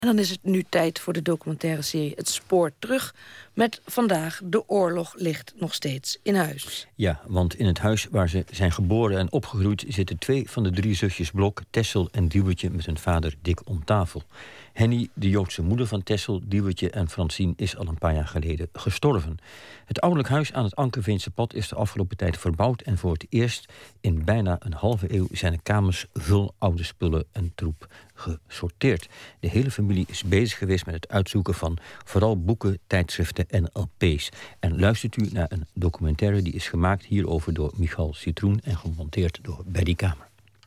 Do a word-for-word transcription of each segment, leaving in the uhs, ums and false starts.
En dan is het nu tijd voor de documentaire serie Het Spoor Terug. Met vandaag De oorlog ligt nog steeds in huis. Ja, want in het huis waar ze zijn geboren en opgegroeid zitten twee van de drie zusjes Blok, Tessel en Diewertje met hun vader Dick om tafel. Henny, de Joodse moeder van Tessel, Diewertje en Francine, is al een paar jaar geleden gestorven. Het ouderlijk huis aan het Ankerveense pad is de afgelopen tijd verbouwd en voor het eerst in bijna een halve eeuw zijn de kamers vol oude spullen en troep gesorteerd. De hele familie is bezig geweest met het uitzoeken van vooral boeken, tijdschriften en L P's. En luistert u naar een documentaire die is gemaakt hierover door Michal Citroen en gemonteerd door Betty Kamer.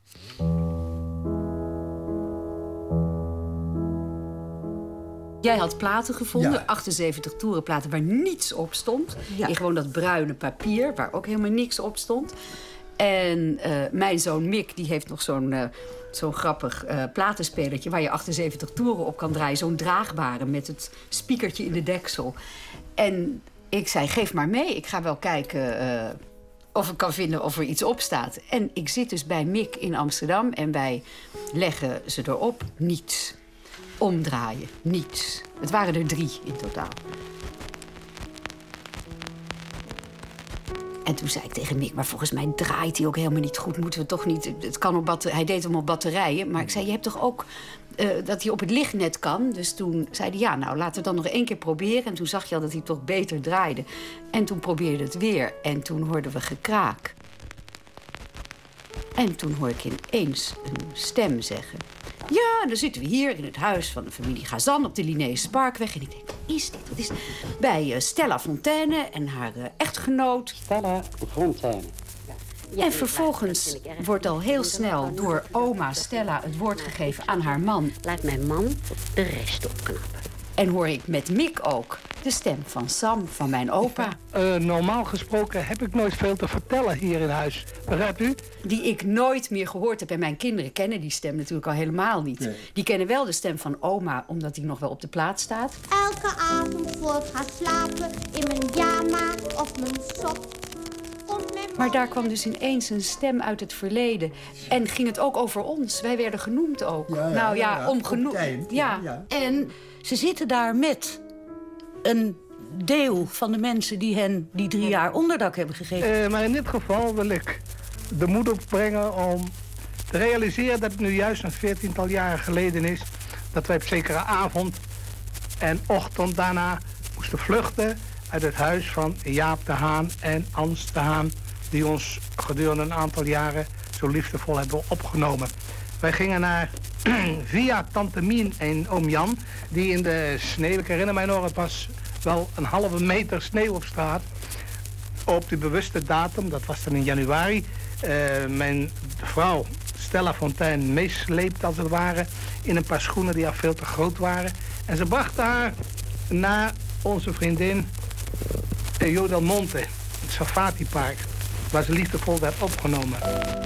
Jij had platen gevonden, Ja. achtenzeventig toerenplaten waar niets op stond. Ja. In gewoon dat bruine papier, waar ook helemaal niks op stond. En uh, mijn zoon Mick, die heeft nog zo'n uh, zo'n grappig uh, platenspelertje waar je achtenzeventig toeren op kan draaien. Zo'n draagbare met het spiekertje in de deksel. En ik zei, geef maar mee. Ik ga wel kijken uh, of ik kan vinden of er iets op staat. En ik zit dus bij Mick in Amsterdam en wij leggen ze erop. Niets. Omdraaien. Niets. Het waren er drie in totaal. En toen zei ik tegen Mick, maar volgens mij draait hij ook helemaal niet goed. Moeten we toch niet... Het kan op batter, hij deed hem op batterijen. Maar ik zei, je hebt toch ook uh, dat hij op het lichtnet kan? Dus toen zei hij, ja, nou, laten we dan nog één keer proberen. En toen zag je al dat hij toch beter draaide. En toen probeerde het weer. En toen hoorden we gekraak. En toen hoor ik ineens een stem zeggen... Ja, dan zitten we hier in het huis van de familie Gazan op de Linnaeus Parkweg. En ik denk, wat is dit? Wat is dit? Bij uh, Stella Fontaine en haar uh, echtgenoot. Stella Fontaine. En vervolgens wordt al heel snel door oma Stella het woord gegeven aan haar man. Laat mijn man de rest opknappen. En hoor ik met Mick ook de stem van Sam, van mijn opa. Uh, normaal gesproken heb ik nooit veel te vertellen hier in huis. Begrijpt u? Die ik nooit meer gehoord heb. En mijn kinderen kennen die stem natuurlijk al helemaal niet. Nee. Die kennen wel de stem van oma, omdat die nog wel op de plaat staat. Elke avond voor het gaan slapen in mijn pyjama of mijn sok. Maar daar kwam dus ineens een stem uit het verleden. En ging het ook over ons. Wij werden genoemd ook. Ja, ja, nou ja, ja, ja. omgenoemd. Ja. Ja. Ja. En ze zitten daar met een deel van de mensen die hen die drie jaar onderdak hebben gegeven. Uh, maar in dit geval wil ik de moed opbrengen om te realiseren dat het nu juist een veertiental jaren geleden is dat wij op zekere avond en ochtend daarna moesten vluchten uit het huis van Jaap de Haan en Ans de Haan, die ons gedurende een aantal jaren zo liefdevol hebben opgenomen. Wij gingen naar via tante Mien en oom Jan, die in de sneeuw, ik herinner mij nog, het was wel een halve meter sneeuw op straat. Op die bewuste datum, dat was dan in januari, uh, mijn vrouw Stella Fontaine meesleept als het ware in een paar schoenen die al veel te groot waren. En ze brachten haar naar onze vriendin Jo Del Monte, het Safati Park, waar ze liefdevol werd opgenomen.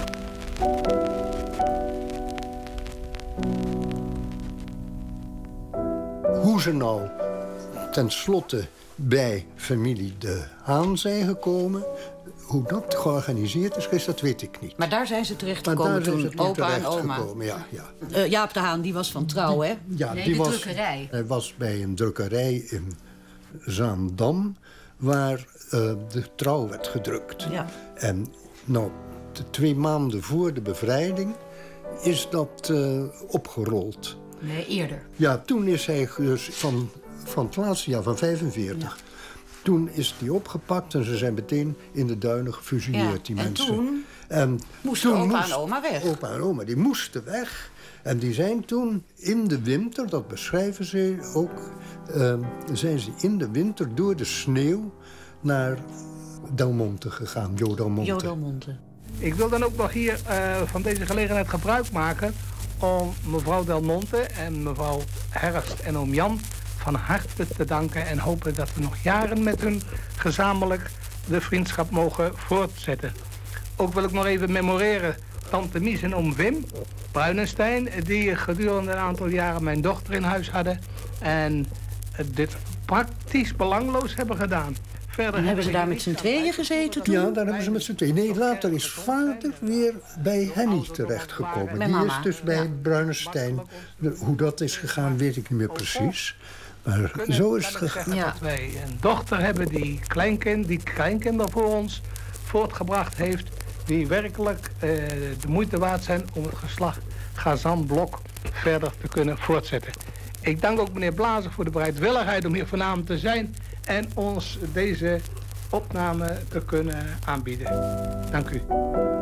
Hoe ze nou tenslotte bij familie De Haan zijn gekomen, hoe dat georganiseerd is geweest, dat weet ik niet. Maar daar zijn ze terecht Maar gekomen daar zijn toen ze toen opa en oma. gekomen, ja, ja. Uh, Jaap de Haan, die was van Trouw, hè? Ja, Nee, die de was, drukkerij. Hij was bij een drukkerij in Zaandam, waar uh, de Trouw werd gedrukt. Ja. En nou, de twee maanden voor de bevrijding is dat uh, opgerold. Nee, eerder. Ja, toen is hij dus van, van het laatste jaar, van vijfenveertig... Ja. Toen is die opgepakt en ze zijn meteen in de duinen gefuseerd, Ja, die en mensen. toen en moesten toen opa moest, en oma weg. Opa en oma, die moesten weg. En die zijn toen in de winter, dat beschrijven ze ook, uh, zijn ze in de winter door de sneeuw naar Del Monte gegaan, Jo Del Monte. Jo Del Monte. Ik wil dan ook nog hier uh, van deze gelegenheid gebruik maken om mevrouw Del Monte en mevrouw Herfst en oom Jan van harte te danken en hopen dat we nog jaren met hun gezamenlijk de vriendschap mogen voortzetten. Ook wil ik nog even memoreren tante Mies en oom Wim Bruinenstein, die gedurende een aantal jaren mijn dochter in huis hadden en dit praktisch belangloos hebben gedaan. verder... En hebben ze daar met z'n tweeën gezeten toen? Ja, daar hebben ze met z'n tweeën. Nee, later is vader weer bij Henny terechtgekomen. Die is dus bij Bruinestein. Hoe dat is gegaan, weet ik niet meer precies. Maar zo is het gegaan. Ja. Dat wij een dochter hebben die, kleinkind, die kleinkinderen voor ons voortgebracht heeft... die werkelijk uh, de moeite waard zijn om het geslacht Gazan-Blok verder te kunnen voortzetten. Ik dank ook meneer Blazer voor de bereidwilligheid om hier vanavond te zijn... en ons deze opname te kunnen aanbieden. Dank u.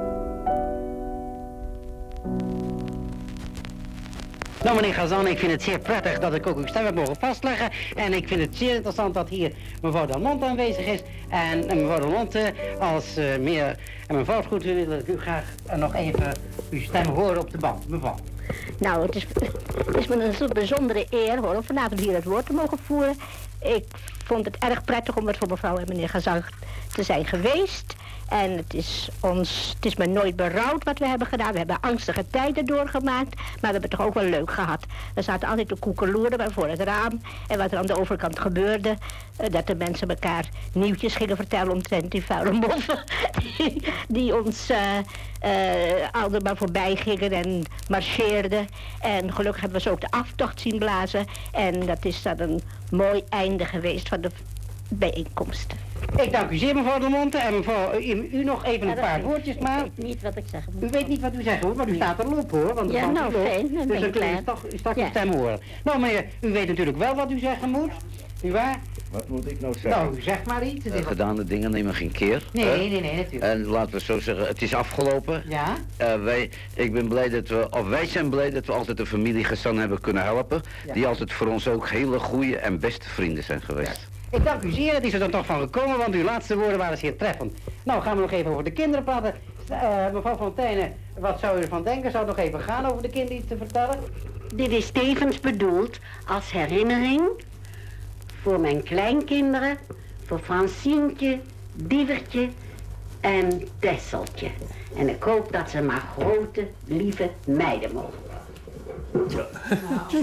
Nou, meneer Gazan, ik vind het zeer prettig dat ik ook uw stem heb mogen vastleggen. En ik vind het zeer interessant dat hier mevrouw Delmonte aanwezig is. En mevrouw Delmonte, als uh, meer en mevrouw het goed wil, wil ik u graag uh, nog even uw stem horen op de band. Mevrouw. Nou, het is, het is me een soort bijzondere eer hoor, om vanavond hier het woord te mogen voeren. Ik vond het erg prettig om met voor mevrouw en meneer Gazan te zijn geweest. En het is, ons, het is me nooit berouwd wat we hebben gedaan. We hebben angstige tijden doorgemaakt, maar we hebben het toch ook wel leuk gehad. We zaten altijd te koekeloeren voor het raam. En wat er aan de overkant gebeurde, dat de mensen elkaar nieuwtjes gingen vertellen omtrent die vuile moffen. Die, die ons uh, uh, altijd maar voorbij gingen en marcheerden. En gelukkig hebben we ze ook de aftocht zien blazen. En dat is dan een mooi einde geweest van de bijeenkomst. Ik dank u zeer, mevrouw Delmonte. En mevrouw, u, u nog even ja, een paar woordjes maar. Ik weet niet wat ik zeggen moet. U weet niet wat u zegt hoor, maar u nee. staat erop hoor. Want ja, nou fijn, dan dus ben ik klaar. Dus dan kun je straks uw stem horen. Nou meneer, u weet natuurlijk wel wat u zeggen moet. U waar? Wat moet ik nou zeggen? Nou, zeg maar iets. Uh, gedane dingen nemen geen keer. Nee, uh, nee, nee, natuurlijk. En laten we zo zeggen, het is afgelopen. Ja? Uh, wij, ik ben blij dat we, of wij zijn blij dat we altijd de familie Gazan hebben kunnen helpen. Ja. Die altijd voor ons ook hele goede en beste vrienden zijn geweest. Ja. Ik dank u zeer, het is er dan toch van gekomen, want uw laatste woorden waren zeer treffend. Nou, gaan we nog even over de kinderen praten. Uh, mevrouw Fonteyne, wat zou u ervan denken? Zou het nog even gaan over de kinderen iets te vertellen? Dit is tevens bedoeld als herinnering voor mijn kleinkinderen, voor Francientje, Dievertje en Tesseltje. En ik hoop dat ze maar grote, lieve meiden mogen worden. Ja. Nou.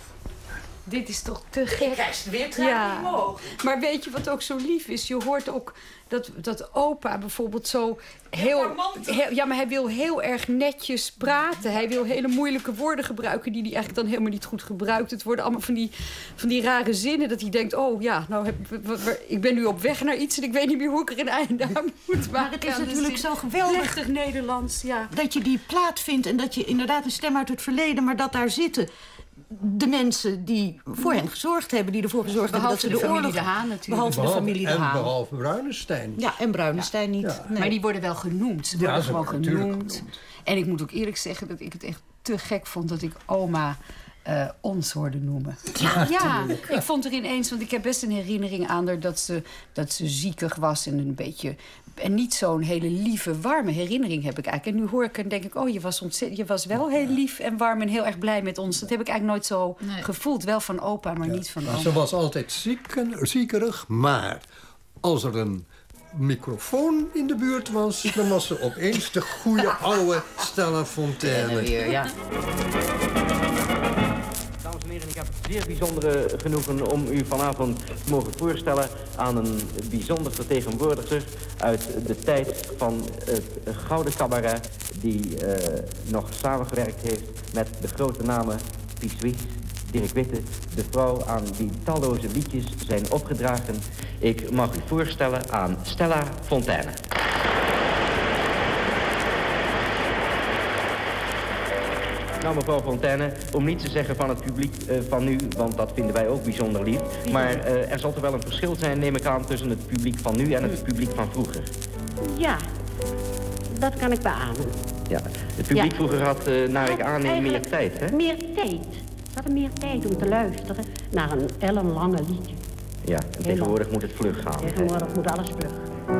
Dit is toch te gek. Ik krijg weer tranen ja. in mijn ogen. Maar weet je wat ook zo lief is? Je hoort ook dat, dat opa bijvoorbeeld zo heel, heel... Ja, maar hij wil heel erg netjes praten. Hij wil hele moeilijke woorden gebruiken die hij eigenlijk dan helemaal niet goed gebruikt. Het worden allemaal van die, van die rare zinnen dat hij denkt... oh ja, nou heb, ik ben nu op weg naar iets en ik weet niet meer hoe ik er een einde aan moet maken. Maar het is natuurlijk zo geweldig plechtig Nederlands, ja. Dat je die plaat vindt en dat je inderdaad een stem uit het verleden... maar dat daar zitten... de mensen die voor hen gezorgd hebben, die ervoor gezorgd behalve hebben dat ze de, de oorlog... De Haan natuurlijk. Behalve, behalve de familie De Haan. En behalve Bruinestein. Ja, en Bruinestein niet. Ja. Nee. Maar die worden wel genoemd. Ze worden ja, gewoon genoemd. genoemd. En ik moet ook eerlijk zeggen dat ik het echt te gek vond dat ik oma... Uh, ons hoorde noemen. Ja, ja ik vond er ineens, want ik heb best een herinnering aan haar... dat ze, dat ze ziekig was en een beetje... en niet zo'n hele lieve, warme herinnering heb ik eigenlijk. En nu hoor ik en denk ik, oh, je was, ontzettend, je was wel heel lief en warm... en heel erg blij met ons. Dat heb ik eigenlijk nooit zo nee. gevoeld. Wel van opa, maar ja. niet van oma. Ze was altijd zieken, ziekerig, maar als er een... microfoon in de buurt was... dan was ze opeens de goede oude Stella Fonteyne. Ja, ja. Dames en heren, ik heb het zeer bijzondere genoegen om u vanavond te mogen voorstellen... aan een bijzonder vertegenwoordiger uit de tijd van het Gouden Cabaret... die uh, nog samengewerkt heeft met de grote namen Piet Suisse, Dirk Witte, de vrouw aan wie talloze liedjes zijn opgedragen. Ik mag u voorstellen aan Stella Fonteyne. Nou, mevrouw Fonteyne, om niets te zeggen van het publiek uh, van nu, want dat vinden wij ook bijzonder lief. Maar uh, er zal toch wel een verschil zijn, neem ik aan, tussen het publiek van nu en het publiek van vroeger. Ja, dat kan ik beamen. Ja, het publiek ja. vroeger had, uh, naar ik aanneem, meer tijd, hè? Meer tijd. Ze hadden meer tijd om te luisteren naar een ellenlange liedje. Ja, en tegenwoordig lang. moet het vlug gaan. Tegenwoordig hè? moet alles vlug.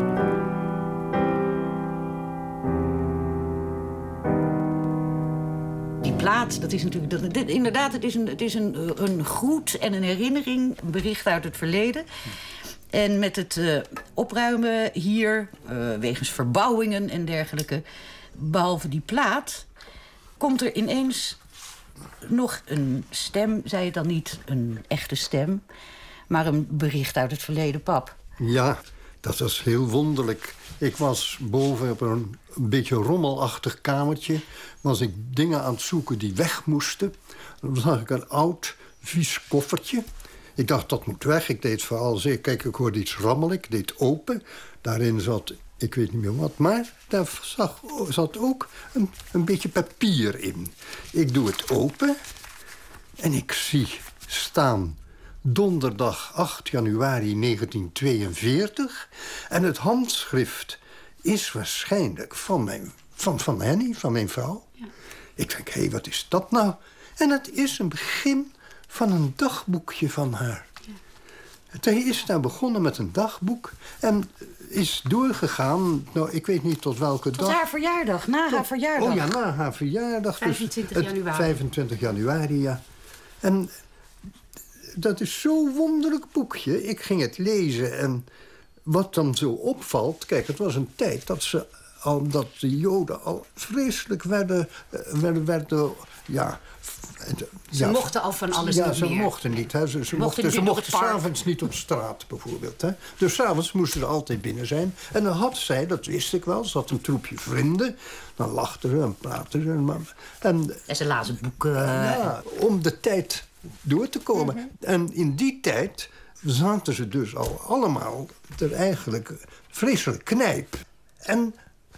Die plaat, dat is natuurlijk... Dat, dit, inderdaad, het is, een, het is een, een groet en een herinnering, een bericht uit het verleden. En met het uh, opruimen hier, uh, wegens verbouwingen en dergelijke... behalve die plaat, komt er ineens... nog een stem, zei het dan niet een echte stem... maar een bericht uit het verleden, pap. Ja, Dat was heel wonderlijk. Ik was boven op een, een beetje rommelachtig kamertje. Was ik dingen aan het zoeken die weg moesten. Dan zag ik een oud, vies koffertje. Ik dacht, dat moet weg. Ik deed vooral zeker. Kijk, ik hoorde iets rammelen. Ik deed open. Daarin zat, ik weet niet meer wat. Maar daar zag, zat ook een, een beetje papier in. Ik doe het open. En ik zie staan... donderdag acht januari negentien tweeënveertig. En het handschrift is waarschijnlijk van, mijn, van, van Henny, van mijn vrouw. Ja. Ik denk, hé, hey, wat is dat nou? En het is een begin van een dagboekje van haar. Ja. Hij is daar begonnen met een dagboek en is doorgegaan. Nou, ik weet niet tot welke tot dag. Tot haar verjaardag, na tot, haar verjaardag. Oh ja, na haar verjaardag. vijfentwintig januari. vijfentwintig januari, ja. En dat is zo'n wonderlijk boekje. Ik ging het lezen en wat dan zo opvalt... Kijk, het was een tijd dat, ze, al, dat de Joden al vreselijk werden... werden, werden ja, ze ja, mochten al van alles ja, niet ze meer. mochten niet. Hè. Ze, ze mochten, mochten, ze mochten mochten s'avonds niet op straat, bijvoorbeeld. Hè. Dus s'avonds moesten ze altijd binnen zijn. En dan had zij, dat wist ik wel, ze had een troepje vrienden. Dan lachten ze en praten ze. En, en ze lazen boeken. Ja, om de tijd door te komen. Mm-hmm. En in die tijd zaten ze dus al allemaal er eigenlijk vreselijk knijp. En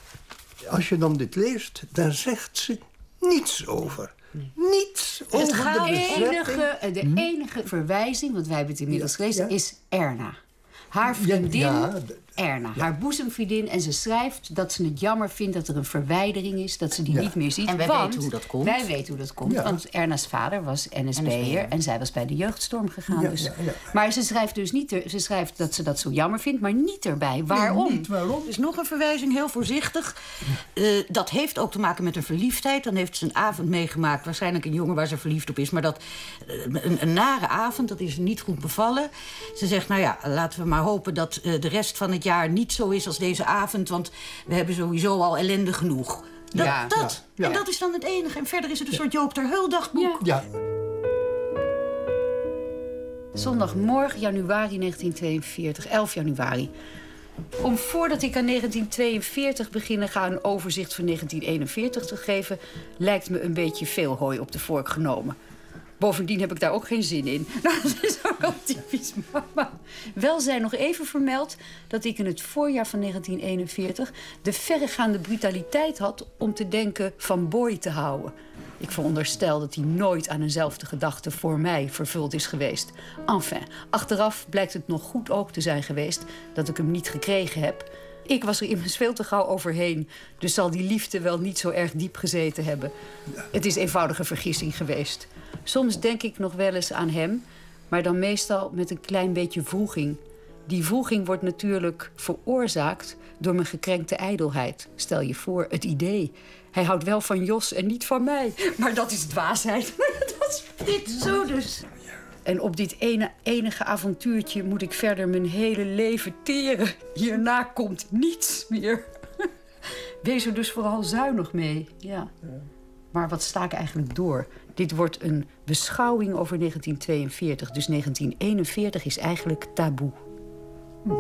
als je dan dit leest, daar zegt ze niets over. Nee. Niets het over gaat de bezetting. Enige, de hm? enige verwijzing, want wij hebben het inmiddels gelezen, ja. is Erna. Haar vriendin, ja, ja, Erna, ja. haar boezemvriendin. En ze schrijft dat ze het jammer vindt dat er een verwijdering is. Dat ze die ja. niet meer ziet. En wij want, weten hoe dat komt. Wij weten hoe dat komt. Ja. Want Erna's vader was N S B'er. En zij was bij de jeugdstorm gegaan. Ja, dus. ja, ja. Maar ze schrijft dus niet... Er, ze schrijft dat ze dat zo jammer vindt, maar niet erbij. Waarom? Nee, niet waarom. Dus nog een verwijzing, heel voorzichtig. Uh, dat heeft ook te maken met een verliefdheid. Dan heeft ze een avond meegemaakt. Waarschijnlijk een jongen waar ze verliefd op is. Maar dat uh, een, een nare avond, dat is niet goed bevallen. Ze zegt, nou ja, laten we maar hopen dat uh, de rest van het jaar niet zo is als deze avond. Want we hebben sowieso al ellende genoeg. Dat, ja, dat. Ja, ja. En dat is dan het enige. En verder is het een ja. soort Joop ter Heul dagboek. Ja. ja. Zondagmorgen, januari negentien tweeënveertig, elf januari. Om voordat ik aan negentien tweeënveertig beginnen ga een overzicht van negentien eenenveertig te geven, lijkt me een beetje veel hooi op de vork genomen. Bovendien heb ik daar ook geen zin in. Nou, dat is ook al typisch mama. Wel zij nog even vermeld dat ik in het voorjaar van negentien eenenveertig... de verregaande brutaliteit had om te denken van Boy te houden. Ik veronderstel dat hij nooit aan eenzelfde gedachte voor mij vervuld is geweest. Enfin, achteraf blijkt het nog goed ook te zijn geweest dat ik hem niet gekregen heb. Ik was er immers veel te gauw overheen. Dus zal die liefde wel niet zo erg diep gezeten hebben. Het is eenvoudige vergissing geweest. Soms denk ik nog wel eens aan hem, maar dan meestal met een klein beetje wroeging. Die wroeging wordt natuurlijk veroorzaakt door mijn gekrenkte ijdelheid. Stel je voor, het idee. Hij houdt wel van Jos en niet van mij. Maar dat is dwaasheid. Dat is dit zo dus. En op dit ene, enige avontuurtje moet ik verder mijn hele leven teren. Hierna komt niets meer. Wees er dus vooral zuinig mee. Ja. Maar wat sta ik eigenlijk door? Dit wordt een beschouwing over negentien tweeënveertig. Dus negentien eenenveertig is eigenlijk taboe. Hm.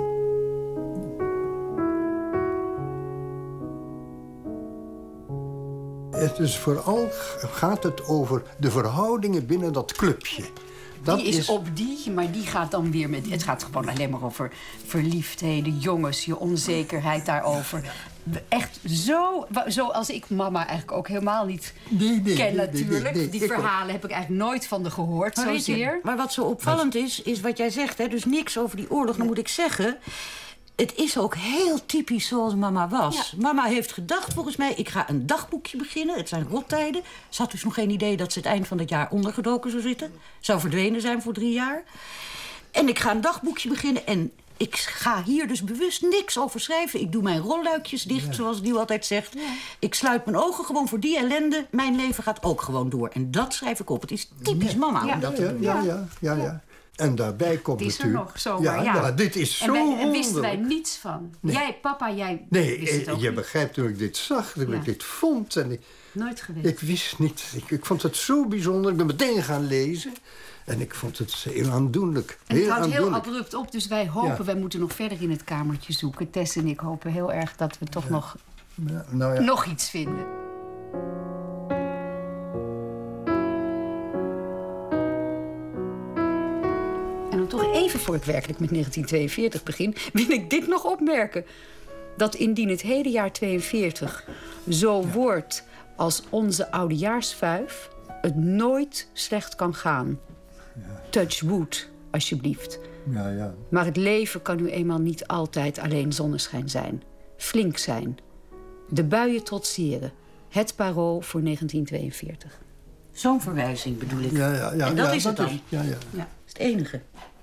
Het is vooral gaat het over de verhoudingen binnen dat clubje. Dat die is, is op die, maar die gaat dan weer met... Het gaat gewoon alleen maar over verliefdheden, jongens, je onzekerheid daarover. Echt zo, zoals ik mama eigenlijk ook helemaal niet nee, nee, ken nee, natuurlijk. Nee, nee, nee. Die ik verhalen ook. Heb ik eigenlijk nooit van de gehoord, maar zozeer. Maar wat zo opvallend is, is wat jij zegt, hè, dus niks over die oorlog. Dan moet ik zeggen, het is ook heel typisch zoals mama was. Ja. Mama heeft gedacht, volgens mij, ik ga een dagboekje beginnen. Het zijn rottijden. Ze had dus nog geen idee dat ze het eind van het jaar ondergedoken zou zitten. Zou verdwenen zijn voor drie jaar. En ik ga een dagboekje beginnen en ik ga hier dus bewust niks over schrijven. Ik doe mijn rolluikjes dicht, ja. zoals Dieuw altijd zegt. Ja. Ik sluit mijn ogen gewoon voor die ellende. Mijn leven gaat ook gewoon door. En dat schrijf ik op. Het is typisch mama ja. om dat ja, te doen. Ja, ja, ja, ja. ja. En daarbij komt het is natuurlijk... er nog zomaar, ja. ja. ja dit is zo en, wij, wonderlijk. en wisten wij niets van. Nee. Jij, papa, jij nee, wist het ook je niet. begrijpt toen ik dit zag, toen ja. ik dit vond. En ik, Nooit geweest. Ik wist niet. Ik, ik vond het zo bijzonder. Ik ben meteen gaan lezen. En ik vond het heel aandoenlijk. En het heel houdt heel aandoenlijk. abrupt op, dus wij hopen... Ja. wij moeten nog verder in het kamertje zoeken. Tess en ik hopen heel erg dat we toch Ja. nog, Ja, nou ja. nog iets vinden. En dan toch even voor ik werkelijk met negentien tweeënveertig begin... wil ik dit nog opmerken. Dat indien het hele jaar tweeënveertig zo wordt als onze oudejaarsvuif... het nooit slecht kan gaan. Ja. Touch wood, alsjeblieft. Ja, ja. Maar het leven kan nu eenmaal niet altijd alleen zonneschijn zijn. Flink zijn. De buien trotseren. Het parool voor negentien tweeënveertig. Zo'n verwijzing bedoel ik. Ja, ja, ja, en dat ja, is het dat dan. is- ja, ja. Ja, dat is het enige.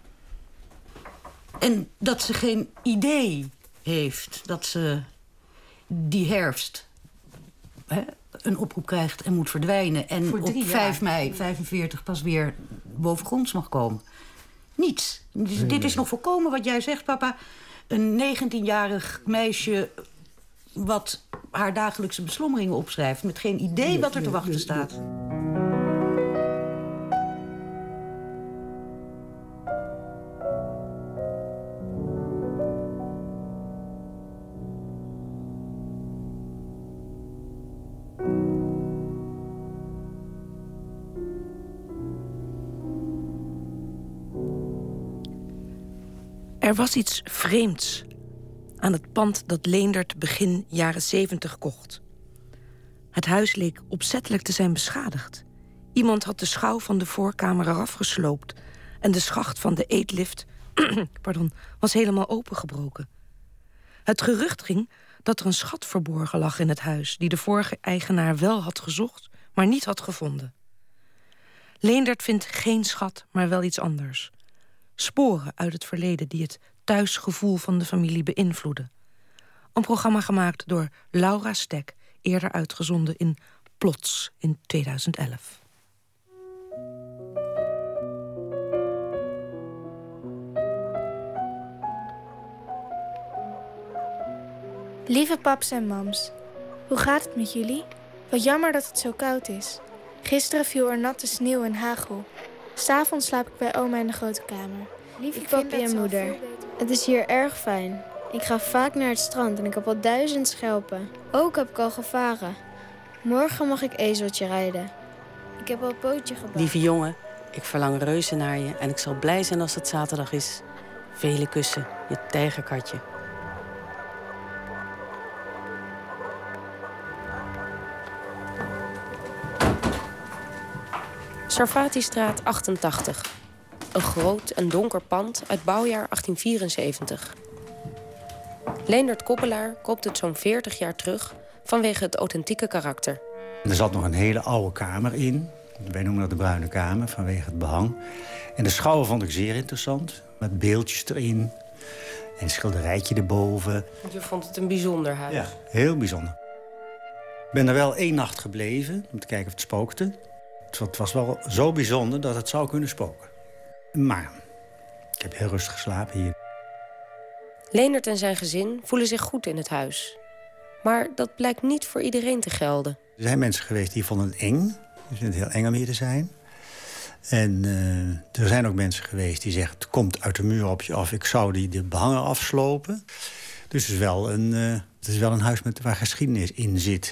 En dat ze geen idee heeft dat ze die herfst hè, een oproep krijgt en moet verdwijnen. En Voor op drie jaar. vijf mei vijfenveertig pas weer bovengronds mag komen. Niets. Dus dit is nog volkomen wat jij zegt, papa. Een negentienjarig meisje wat haar dagelijkse beslommeringen opschrijft... met geen idee wat er te wachten staat. Er was iets vreemds aan het pand dat Leendert begin jaren zeventig kocht. Het huis leek opzettelijk te zijn beschadigd. Iemand had de schouw van de voorkamer eraf gesloopt... en de schacht van de eetlift pardon, was helemaal opengebroken. Het gerucht ging dat er een schat verborgen lag in het huis... die de vorige eigenaar wel had gezocht, maar niet had gevonden. Leendert vindt geen schat, maar wel iets anders. Sporen uit het verleden die het thuisgevoel van de familie beïnvloeden. Een programma gemaakt door Laura Stek, eerder uitgezonden in Plots in tweeduizend elf. Lieve paps en mams, hoe gaat het met jullie? Wat jammer dat het zo koud is. Gisteren viel er natte sneeuw en hagel. 'S'avonds slaap ik bij oma in de grote kamer. Lieve papi en moeder, het is hier erg fijn. Ik ga vaak naar het strand en ik heb al duizend schelpen. Ook heb ik al gevaren. Morgen mag ik ezeltje rijden. Ik heb al een pootje gebakken. Lieve jongen, ik verlang reuze naar je en ik zal blij zijn als het zaterdag is. Vele kussen, je tijgerkatje. Sarfatistraat achtentachtig. Een groot en donker pand uit bouwjaar achttien vierenzeventig. Leendert Koppelaar koopt het zo'n veertig jaar terug vanwege het authentieke karakter. Er zat nog een hele oude kamer in. Wij noemen dat de bruine kamer vanwege het behang. En de schouwen vond ik zeer interessant. Met beeldjes erin. En een schilderijtje erboven. Je vond het een bijzonder huis. Ja, heel bijzonder. Ik ben er wel één nacht gebleven om te kijken of het spookte. Het was wel zo bijzonder dat het zou kunnen spoken. Maar ik heb heel rustig geslapen hier. Leendert en zijn gezin voelen zich goed in het huis. Maar dat blijkt niet voor iedereen te gelden. Er zijn mensen geweest die vonden het eng. Die vinden het heel eng om hier te zijn. En uh, er zijn ook mensen geweest die zeggen... het komt uit de muur op je af, ik zou die de behanger afslopen. Dus het is wel een, uh, het is wel een huis met, waar geschiedenis in zit.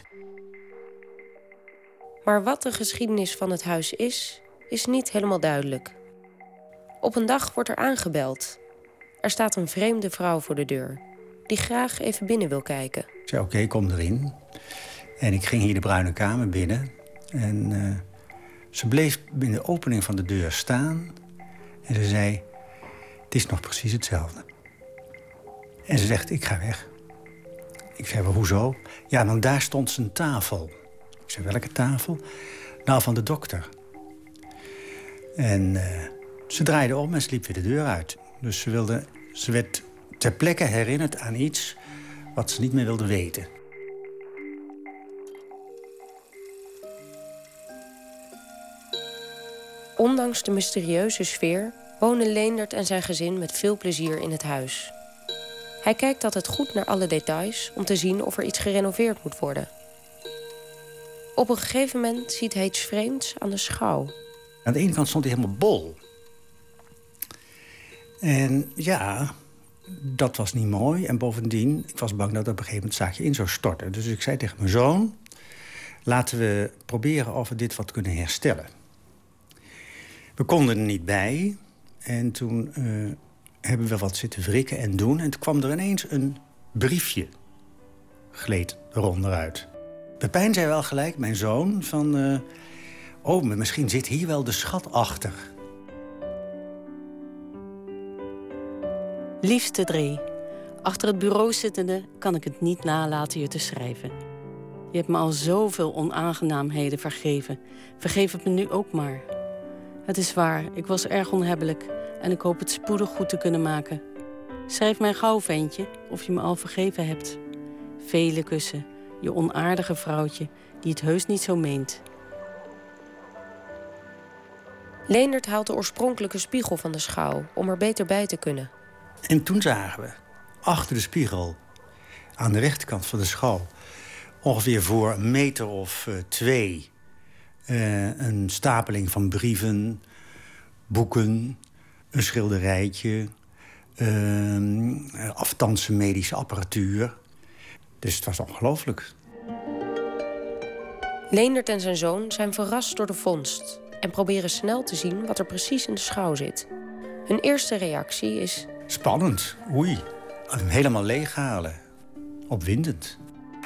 Maar wat de geschiedenis van het huis is, is niet helemaal duidelijk. Op een dag wordt er aangebeld. Er staat een vreemde vrouw voor de deur, die graag even binnen wil kijken. Ik zei, oké, okay, kom erin. En ik ging hier de bruine kamer binnen. En uh, ze bleef in de opening van de deur staan. En ze zei, het is nog precies hetzelfde. En ze zegt, ik ga weg. Ik zei, maar hoezo? Ja, want daar stond zijn tafel. Ik zei, welke tafel? Nou, van de dokter. En uh, ze draaide om en ze liep weer de deur uit. Dus ze, wilde, ze werd ter plekke herinnerd aan iets wat ze niet meer wilde weten. Ondanks de mysterieuze sfeer wonen Leendert en zijn gezin met veel plezier in het huis. Hij kijkt altijd goed naar alle details om te zien of er iets gerenoveerd moet worden. Op een gegeven moment ziet hij iets vreemds aan de schouw. Aan de ene kant stond hij helemaal bol. En ja, dat was niet mooi. En bovendien, ik was bang dat op een gegeven moment het zaakje in zou storten. Dus ik zei tegen mijn zoon, laten we proberen of we dit wat kunnen herstellen. We konden er niet bij. En toen uh, hebben we wat zitten wrikken en doen. En toen kwam er ineens een briefje. Gleed eronder uit. Pepijn zei wel gelijk, mijn zoon, van... Uh, oh, maar misschien zit hier wel de schat achter. Liefste Dree, achter het bureau zittende kan ik het niet nalaten je te schrijven. Je hebt me al zoveel onaangenaamheden vergeven. Vergeef het me nu ook maar. Het is waar, ik was erg onhebbelijk en ik hoop het spoedig goed te kunnen maken. Schrijf mij gauw, ventje, of je me al vergeven hebt. Vele kussen, je onaardige vrouwtje, die het heus niet zo meent. Leendert haalt de oorspronkelijke spiegel van de schouw om er beter bij te kunnen. En toen zagen we, achter de spiegel, aan de rechterkant van de schouw... ongeveer voor een meter of uh, twee... Uh, een stapeling van brieven, boeken, een schilderijtje... Uh, afstandse medische apparatuur. Dus het was ongelooflijk. Leendert en zijn zoon zijn verrast door de vondst... en proberen snel te zien wat er precies in de schouw zit. Hun eerste reactie is... spannend, oei. Hem helemaal leeghalen. Opwindend.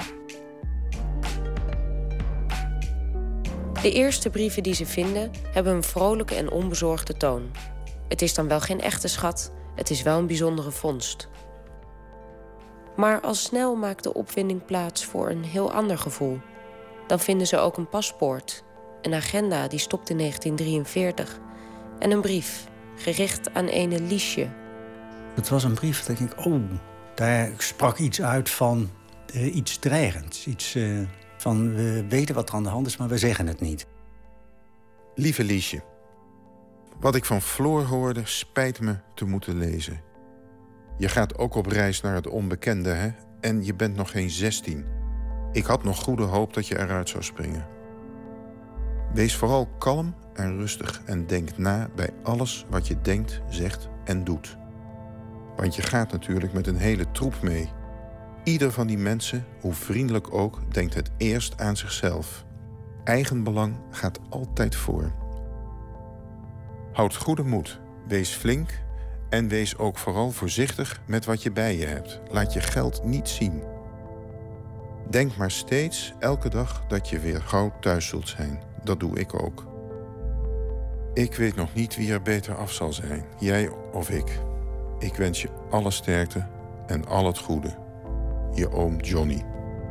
De eerste brieven die ze vinden hebben een vrolijke en onbezorgde toon. Het is dan wel geen echte schat, het is wel een bijzondere vondst. Maar al snel maakt de opwinding plaats voor een heel ander gevoel. Dan vinden ze ook een paspoort, een agenda die stopt in negentien drieënveertig... en een brief, gericht aan ene Liesje. Het was een brief dat ik denk, oh, daar sprak iets uit van uh, iets dreigends. Iets uh, van, we weten wat er aan de hand is, maar we zeggen het niet. Lieve Liesje, wat ik van Floor hoorde, spijt me te moeten lezen. Je gaat ook op reis naar het onbekende, hè? En je bent nog geen zestien. Ik had nog goede hoop dat je eruit zou springen. Wees vooral kalm en rustig en denk na bij alles wat je denkt, zegt en doet. Want je gaat natuurlijk met een hele troep mee. Ieder van die mensen, hoe vriendelijk ook, denkt het eerst aan zichzelf. Eigenbelang gaat altijd voor. Houd goede moed, wees flink en wees ook vooral voorzichtig met wat je bij je hebt. Laat je geld niet zien. Denk maar steeds, elke dag, dat je weer gauw thuis zult zijn. Dat doe ik ook. Ik weet nog niet wie er beter af zal zijn, jij of ik. Ik wens je alle sterkte en al het goede. Je oom Johnny.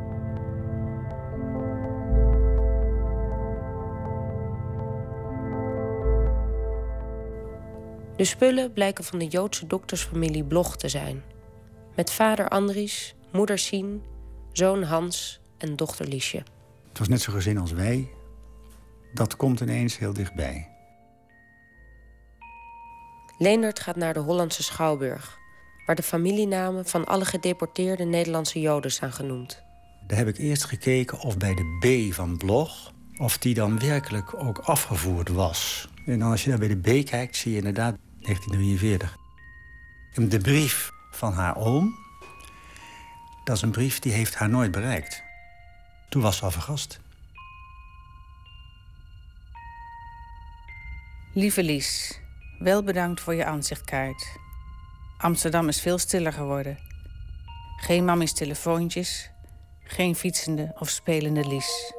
De spullen blijken van de Joodse doktersfamilie Bloch te zijn. Met vader Andries, moeder Sien, zoon Hans en dochter Liesje. Het was net zo'n gezin als wij. Dat komt ineens heel dichtbij. Leendert gaat naar de Hollandse Schouwburg, waar de familienamen van alle gedeporteerde Nederlandse Joden staan genoemd. Daar heb ik eerst gekeken of bij de B van Bloch, of die dan werkelijk ook afgevoerd was. En dan als je daar bij de B kijkt, zie je inderdaad negentien drieënveertig. En de brief van haar oom, dat is een brief die heeft haar nooit bereikt. Toen was ze al vergast. Lieve Lies, wel bedankt voor je aanzichtkaart. Amsterdam is veel stiller geworden. Geen mammies telefoontjes, geen fietsende of spelende Lies.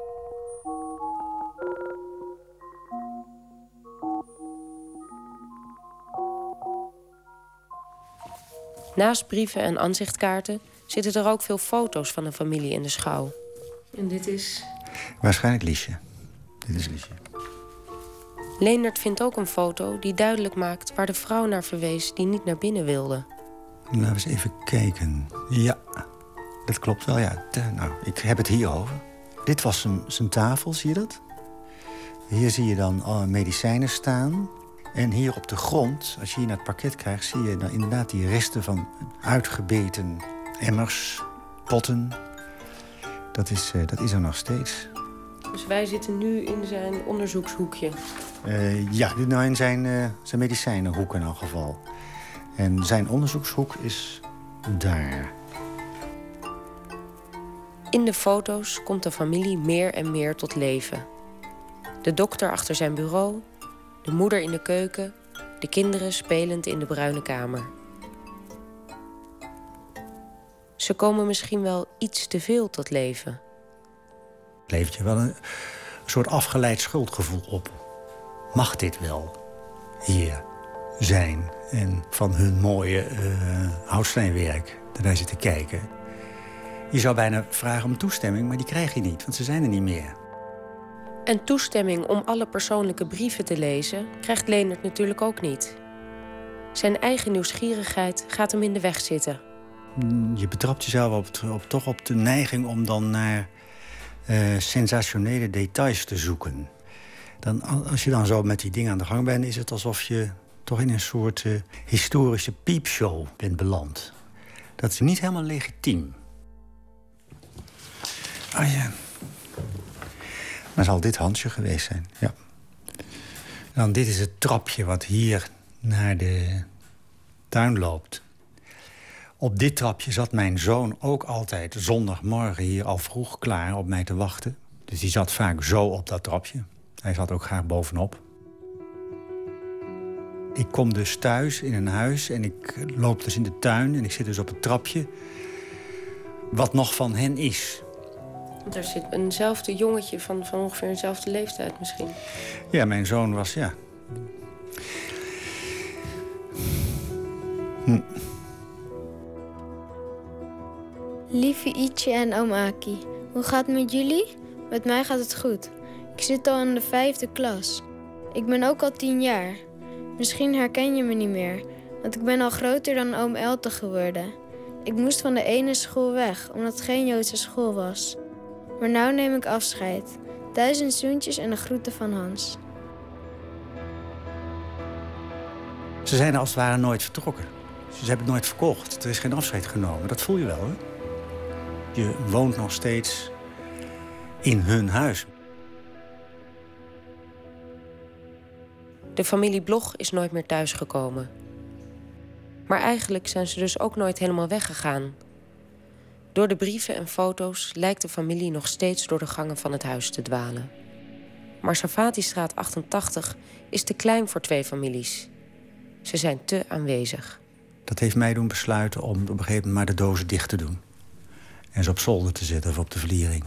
Naast brieven en aanzichtkaarten zitten er ook veel foto's van de familie in de schouw. En dit is... Waarschijnlijk Liesje. Dit is Liesje. Leendert vindt ook een foto die duidelijk maakt waar de vrouw naar verwees die niet naar binnen wilde. Laten we eens even kijken. Ja, dat klopt wel, ja. Nou, ik heb het hierover. Dit was zijn, zijn tafel, zie je dat? Hier zie je dan alle medicijnen staan. En hier op de grond, als je hier naar het parket krijgt, zie je dan inderdaad die resten van uitgebeten emmers, potten. Dat is, uh, dat is er nog steeds. Dus wij zitten nu in zijn onderzoekshoekje. Uh, ja, nou in zijn, uh, zijn medicijnenhoek in elk geval. En zijn onderzoekshoek is daar. In de foto's komt de familie meer en meer tot leven. De dokter achter zijn bureau, de moeder in de keuken, de kinderen spelend in de bruine kamer. Ze komen misschien wel iets te veel tot leven. Het levert je wel een soort afgeleid schuldgevoel op. Mag dit wel hier zijn en van hun mooie uh, houtsteenwerk daar zitten kijken? Je zou bijna vragen om toestemming, maar die krijg je niet, want ze zijn er niet meer. En toestemming om alle persoonlijke brieven te lezen krijgt Leendert natuurlijk ook niet. Zijn eigen nieuwsgierigheid gaat hem in de weg zitten. Je betrapt jezelf op, op, toch op de neiging om dan naar uh, sensationele details te zoeken. Dan, als je dan zo met die dingen aan de gang bent, is het alsof je toch in een soort uh, historische piepshow bent beland. Dat is niet helemaal legitiem. Ah ja. Dan zal dit Hansje geweest zijn, ja. Dan, dit is het trapje wat hier naar de tuin loopt. Op dit trapje zat mijn zoon ook altijd zondagmorgen hier al vroeg klaar op mij te wachten. Dus die zat vaak zo op dat trapje. Hij zat ook graag bovenop. Ik kom dus thuis in een huis en ik loop dus in de tuin en ik zit dus op het trapje wat nog van hen is. Er zit eenzelfde jongetje van, van ongeveer dezelfde leeftijd misschien. Ja, mijn zoon was, ja. Hm. Lieve Ietje en oom Aki, hoe gaat het met jullie? Met mij gaat het goed. Ik zit al in de vijfde klas. Ik ben ook al tien jaar. Misschien herken je me niet meer, want ik ben al groter dan oom Elte geworden. Ik moest van de ene school weg, omdat het geen Joodse school was. Maar nou neem ik afscheid. Duizend zoentjes en de groeten van Hans. Ze zijn als het ware nooit vertrokken. Ze hebben het nooit verkocht. Er is geen afscheid genomen. Dat voel je wel, hè? Je woont nog steeds in hun huis. De familie Blog is nooit meer thuisgekomen. Maar eigenlijk zijn ze dus ook nooit helemaal weggegaan. Door de brieven en foto's lijkt de familie nog steeds door de gangen van het huis te dwalen. Maar Sarfatistraat achtentachtig is te klein voor twee families. Ze zijn te aanwezig. Dat heeft mij doen besluiten om op een gegeven moment maar de dozen dicht te doen. En ze op zolder te zetten of op de vliering.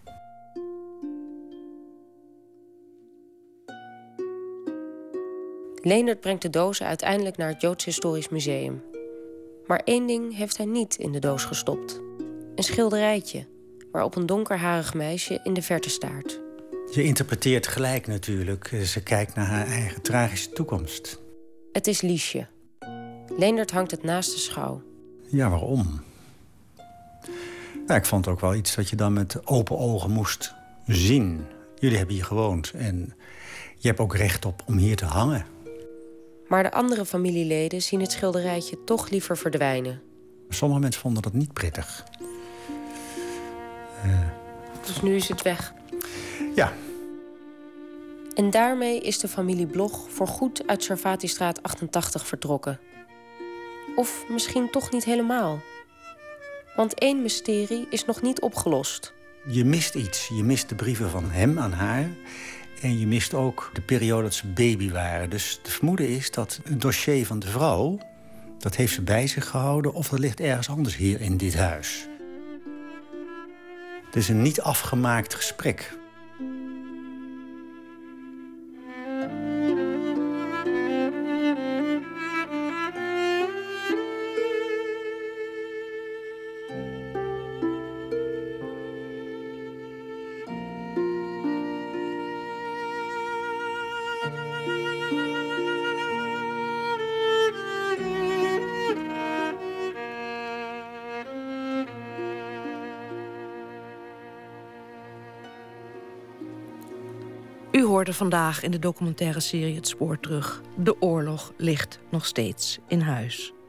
Leendert brengt de dozen uiteindelijk naar het Joods Historisch Museum. Maar één ding heeft hij niet in de doos gestopt. Een schilderijtje, waarop een donkerharig meisje in de verte staart. Je interpreteert gelijk natuurlijk. Ze kijkt naar haar eigen tragische toekomst. Het is Liesje. Leendert hangt het naast de schouw. Ja, waarom? Nou, ik vond ook wel iets dat je dan met open ogen moest zien. Jullie hebben hier gewoond en je hebt ook recht op om hier te hangen. Maar de andere familieleden zien het schilderijtje toch liever verdwijnen. Sommige mensen vonden dat niet prettig. Uh... Dus nu is het weg. Ja. En daarmee is de familie Blog voorgoed uit Sarfatistraat achtentachtig vertrokken. Of misschien toch niet helemaal. Want één mysterie is nog niet opgelost. Je mist iets. Je mist de brieven van hem aan haar. En je mist ook de periode dat ze baby waren. Dus het vermoeden is dat het dossier van de vrouw... dat heeft ze bij zich gehouden of dat ligt ergens anders hier in dit huis. Het is een niet afgemaakt gesprek. U hoorde vandaag in de documentaire serie Het Spoor terug. De oorlog ligt nog steeds in huis.